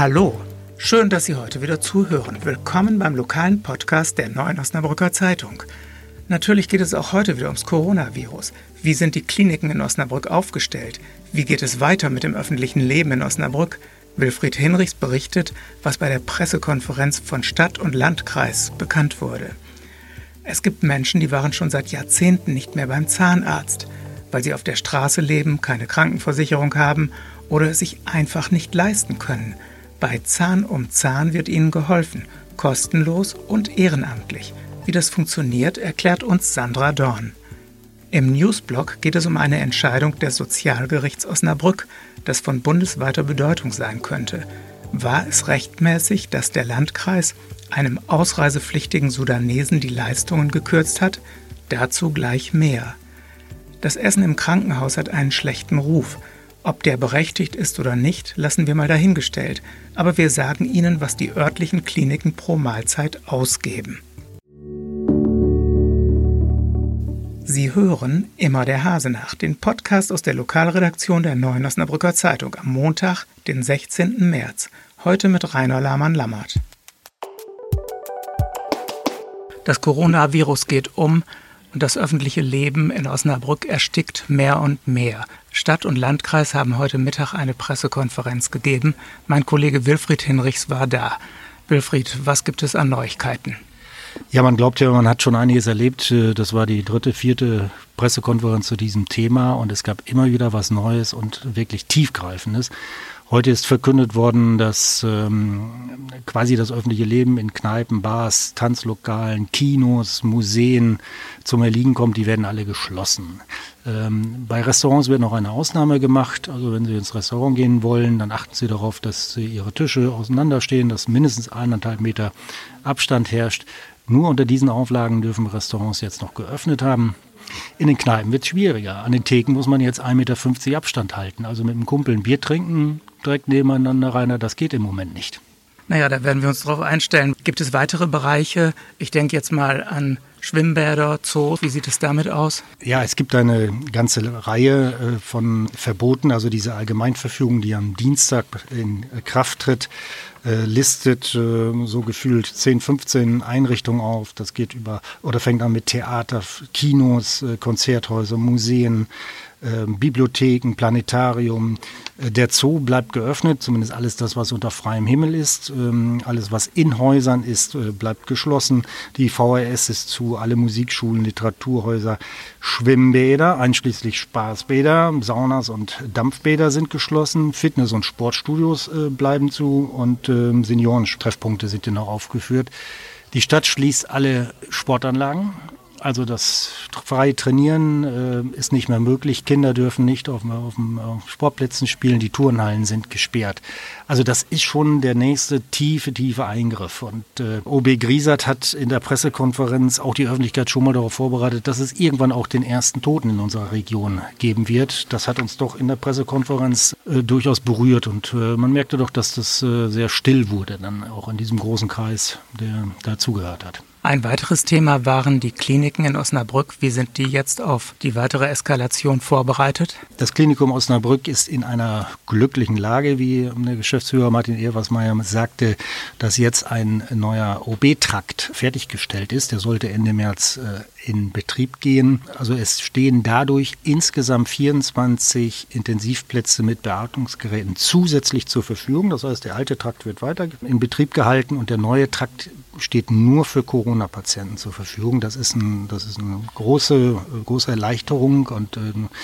Hallo, schön, dass Sie heute wieder zuhören. Willkommen beim lokalen Podcast der Neuen Osnabrücker Zeitung. Natürlich geht es auch heute wieder ums Coronavirus. Wie sind die Kliniken in Osnabrück aufgestellt? Wie geht es weiter mit dem öffentlichen Leben in Osnabrück? Wilfried Hinrichs berichtet, was bei der Pressekonferenz von Stadt und Landkreis bekannt wurde. Es gibt Menschen, die waren schon seit Jahrzehnten nicht mehr beim Zahnarzt, weil sie auf der Straße leben, keine Krankenversicherung haben oder es sich einfach nicht leisten können. Bei Zahn um Zahn wird ihnen geholfen, kostenlos und ehrenamtlich. Wie das funktioniert, erklärt uns Sandra Dorn. Im Newsblog geht es um eine Entscheidung des Sozialgerichts Osnabrück, das von bundesweiter Bedeutung sein könnte. War es rechtmäßig, dass der Landkreis einem ausreisepflichtigen Sudanesen die Leistungen gekürzt hat? Dazu gleich mehr. Das Essen im Krankenhaus hat einen schlechten Ruf. Ob der berechtigt ist oder nicht, lassen wir mal dahingestellt. Aber wir sagen Ihnen, was die örtlichen Kliniken pro Mahlzeit ausgeben. Sie hören Immer der Hase nach, den Podcast aus der Lokalredaktion der Neuen Osnabrücker Zeitung am Montag, den 16. März. Heute mit Rainer Lahmann-Lammert. Das Coronavirus geht um und das öffentliche Leben in Osnabrück erstickt mehr und mehr. Stadt und Landkreis haben heute Mittag eine Pressekonferenz gegeben. Mein Kollege Wilfried Hinrichs war da. Wilfried, was gibt es an Neuigkeiten? Ja, man glaubt ja, man hat schon einiges erlebt. Das war die 3., 4. Pressekonferenz zu diesem Thema und es gab immer wieder was Neues und wirklich Tiefgreifendes. Heute ist verkündet worden, dass quasi das öffentliche Leben in Kneipen, Bars, Tanzlokalen, Kinos, Museen zum Erliegen kommt. Die werden alle geschlossen. Bei Restaurants wird noch eine Ausnahme gemacht. Also wenn Sie ins Restaurant gehen wollen, dann achten Sie darauf, dass Ihre Tische auseinanderstehen, dass mindestens 1,5 Meter Abstand herrscht. Nur unter diesen Auflagen dürfen Restaurants jetzt noch geöffnet haben. In den Kneipen wird es schwieriger. An den Theken muss man jetzt 1,50 Meter Abstand halten. Also mit einem Kumpel ein Bier trinken, direkt nebeneinander, Rainer, das geht im Moment nicht. Naja, da werden wir uns drauf einstellen. Gibt es weitere Bereiche? Ich denke jetzt mal an Schwimmbäder, Zoos. Wie sieht es damit aus? Ja, es gibt eine ganze Reihe von Verboten. Also diese Allgemeinverfügung, die am Dienstag in Kraft tritt, listet so gefühlt 10, 15 Einrichtungen auf. Das geht fängt an mit Theater, Kinos, Konzerthäuser, Museen, Bibliotheken, Planetarium. Der Zoo bleibt geöffnet, zumindest alles das, was unter freiem Himmel ist. Alles, was in Häusern ist, bleibt geschlossen. Die VHS ist zu, alle Musikschulen, Literaturhäuser, Schwimmbäder, einschließlich Spaßbäder, Saunas und Dampfbäder sind geschlossen. Fitness- und Sportstudios bleiben zu und Seniorentreffpunkte sind hier noch aufgeführt. Die Stadt schließt alle Sportanlagen. Also das freie Trainieren ist nicht mehr möglich. Kinder dürfen nicht auf Sportplätzen spielen. Die Turnhallen sind gesperrt. Also das ist schon der nächste tiefe Eingriff. Und OB Griesert hat in der Pressekonferenz auch die Öffentlichkeit schon mal darauf vorbereitet, dass es irgendwann auch den ersten Toten in unserer Region geben wird. Das hat uns doch in der Pressekonferenz durchaus berührt. Und man merkte doch, dass das sehr still wurde, dann auch in diesem großen Kreis, der dazugehört hat. Ein weiteres Thema waren die Kliniken in Osnabrück. Wie sind die jetzt auf die weitere Eskalation vorbereitet? Das Klinikum Osnabrück ist in einer glücklichen Lage, wie der Geschäftsführer Martin Ehrwersmeier sagte, dass jetzt ein neuer OB-Trakt fertiggestellt ist. Der sollte Ende März in Betrieb gehen. Also es stehen dadurch insgesamt 24 Intensivplätze mit Beatmungsgeräten zusätzlich zur Verfügung. Das heißt, der alte Trakt wird weiter in Betrieb gehalten und der neue Trakt steht nur für Corona-Patienten zur Verfügung. Das ist eine große Erleichterung und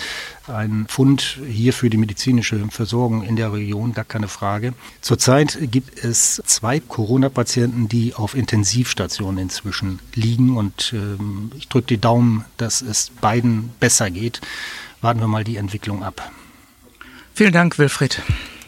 ein Fund hier für die medizinische Versorgung in der Region, gar keine Frage. Zurzeit gibt es 2 Corona-Patienten, die auf Intensivstationen inzwischen liegen und ich drücke die Daumen, dass es beiden besser geht. Warten wir mal die Entwicklung ab. Vielen Dank, Wilfried.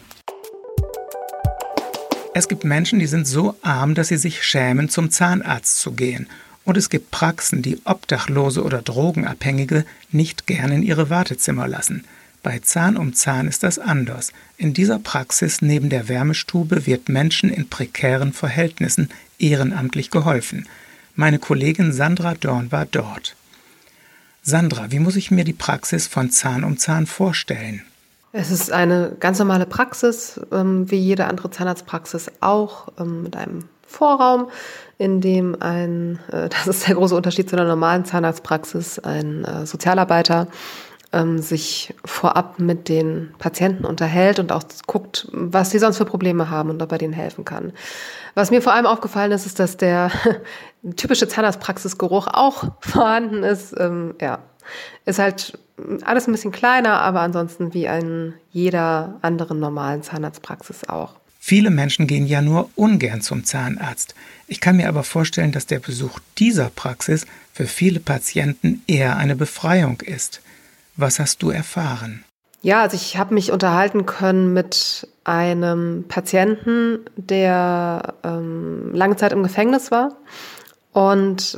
Es gibt Menschen, die sind so arm, dass sie sich schämen, zum Zahnarzt zu gehen. Und es gibt Praxen, die Obdachlose oder Drogenabhängige nicht gern in ihre Wartezimmer lassen. Bei Zahn um Zahn ist das anders. In dieser Praxis neben der Wärmestube wird Menschen in prekären Verhältnissen ehrenamtlich geholfen. Meine Kollegin Sandra Dorn war dort. Sandra, wie muss ich mir die Praxis von Zahn um Zahn vorstellen? Es ist eine ganz normale Praxis, wie jede andere Zahnarztpraxis auch, mit einem Vorraum, in dem das ist der große Unterschied zu einer normalen Zahnarztpraxis, ein Sozialarbeiter sich vorab mit den Patienten unterhält und auch guckt, was sie sonst für Probleme haben und ob er denen helfen kann. Was mir vor allem aufgefallen ist, dass der typische Zahnarztpraxisgeruch auch vorhanden ist. Ist halt alles ein bisschen kleiner, aber ansonsten wie in jeder anderen normalen Zahnarztpraxis auch. Viele Menschen gehen ja nur ungern zum Zahnarzt. Ich kann mir aber vorstellen, dass der Besuch dieser Praxis für viele Patienten eher eine Befreiung ist. Was hast du erfahren? Ja, also ich habe mich unterhalten können mit einem Patienten, der lange Zeit im Gefängnis war. Und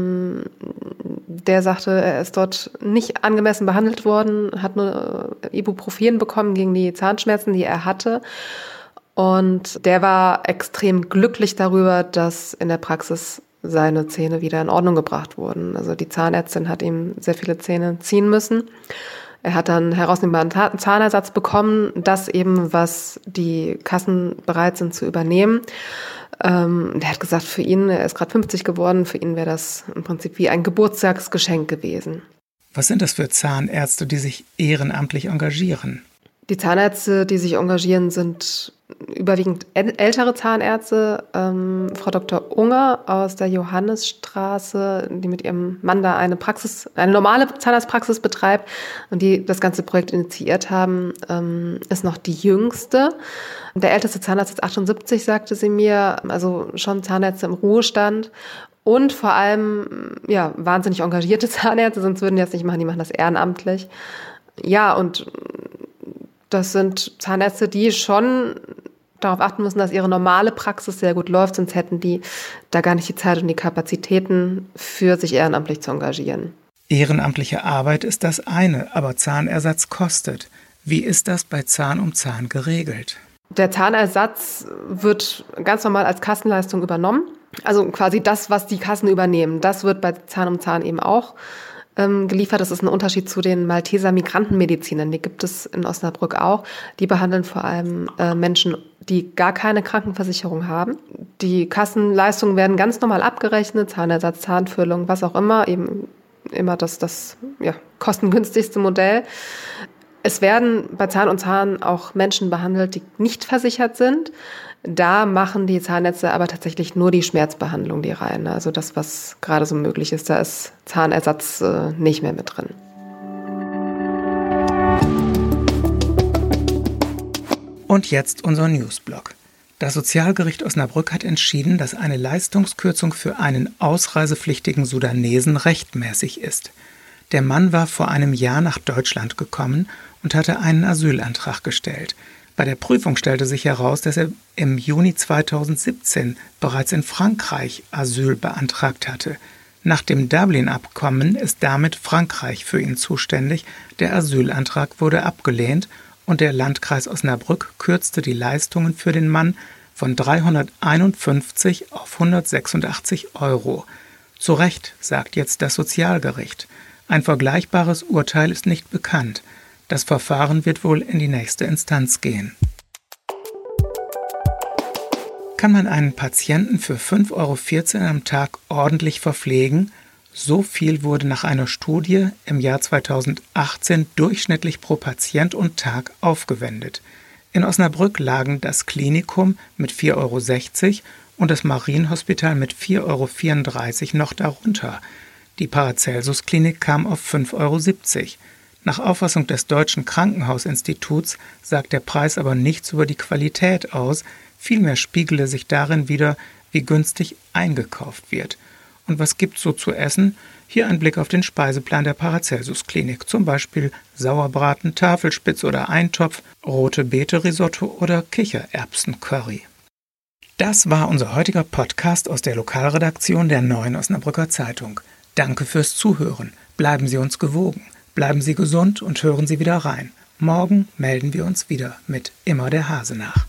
der sagte, er ist dort nicht angemessen behandelt worden, hat nur Ibuprofen bekommen gegen die Zahnschmerzen, die er hatte. Und der war extrem glücklich darüber, dass in der Praxis seine Zähne wieder in Ordnung gebracht wurden. Also die Zahnärztin hat ihm sehr viele Zähne ziehen müssen. Er hat dann herausnehmbaren Zahnersatz bekommen, das eben, was die Kassen bereit sind zu übernehmen. Der hat gesagt, für ihn, er ist gerade 50 geworden, für ihn wäre das im Prinzip wie ein Geburtstagsgeschenk gewesen. Was sind das für Zahnärzte, die sich ehrenamtlich engagieren? Die Zahnärzte, die sich engagieren, sind überwiegend ältere Zahnärzte. Frau Dr. Unger aus der Johannesstraße, die mit ihrem Mann da eine normale Zahnarztpraxis betreibt und die das ganze Projekt initiiert haben, ist noch die jüngste. Der älteste Zahnarzt ist 78, sagte sie mir, also schon Zahnärzte im Ruhestand. Und vor allem, ja, wahnsinnig engagierte Zahnärzte, sonst würden die das nicht machen, die machen das ehrenamtlich. Ja, und das sind Zahnärzte, die schon darauf achten müssen, dass ihre normale Praxis sehr gut läuft, sonst hätten die da gar nicht die Zeit und die Kapazitäten für sich ehrenamtlich zu engagieren. Ehrenamtliche Arbeit ist das eine, aber Zahnersatz kostet. Wie ist das bei Zahn um Zahn geregelt? Der Zahnersatz wird ganz normal als Kassenleistung übernommen. Also quasi das, was die Kassen übernehmen, das wird bei Zahn um Zahn eben auch geliefert. Das ist ein Unterschied zu den Malteser Migrantenmedizinern. Die gibt es in Osnabrück auch. Die behandeln vor allem Menschen, die gar keine Krankenversicherung haben. Die Kassenleistungen werden ganz normal abgerechnet, Zahnersatz, Zahnfüllung, was auch immer, eben immer das kostengünstigste Modell. Es werden bei Zahn um Zahn auch Menschen behandelt, die nicht versichert sind. Da machen die Zahnärzte aber tatsächlich nur die Schmerzbehandlung, die reine. Also das, was gerade so möglich ist, da ist Zahnersatz nicht mehr mit drin. Und jetzt unser Newsblock. Das Sozialgericht Osnabrück hat entschieden, dass eine Leistungskürzung für einen ausreisepflichtigen Sudanesen rechtmäßig ist. Der Mann war vor einem Jahr nach Deutschland gekommen und hatte einen Asylantrag gestellt. Bei der Prüfung stellte sich heraus, dass er im Juni 2017 bereits in Frankreich Asyl beantragt hatte. Nach dem Dublin-Abkommen ist damit Frankreich für ihn zuständig. Der Asylantrag wurde abgelehnt und der Landkreis Osnabrück kürzte die Leistungen für den Mann von 351 auf 186 €. Zu Recht, sagt jetzt das Sozialgericht. Ein vergleichbares Urteil ist nicht bekannt. Das Verfahren wird wohl in die nächste Instanz gehen. Kann man einen Patienten für 5,14 € am Tag ordentlich verpflegen? So viel wurde nach einer Studie im Jahr 2018 durchschnittlich pro Patient und Tag aufgewendet. In Osnabrück lagen das Klinikum mit 4,60 € und das Marienhospital mit 4,34 € noch darunter. Die Paracelsus-Klinik kam auf 5,70 €. Nach Auffassung des Deutschen Krankenhausinstituts sagt der Preis aber nichts über die Qualität aus, vielmehr spiegele sich darin wider, wie günstig eingekauft wird. Und was gibt's so zu essen? Hier ein Blick auf den Speiseplan der Paracelsus-Klinik, zum Beispiel Sauerbraten, Tafelspitz oder Eintopf, rote Beete-Risotto oder Kichererbsen-Curry. Das war unser heutiger Podcast aus der Lokalredaktion der Neuen Osnabrücker Zeitung. Danke fürs Zuhören. Bleiben Sie uns gewogen. Bleiben Sie gesund und hören Sie wieder rein. Morgen melden wir uns wieder mit Immer der Hase nach.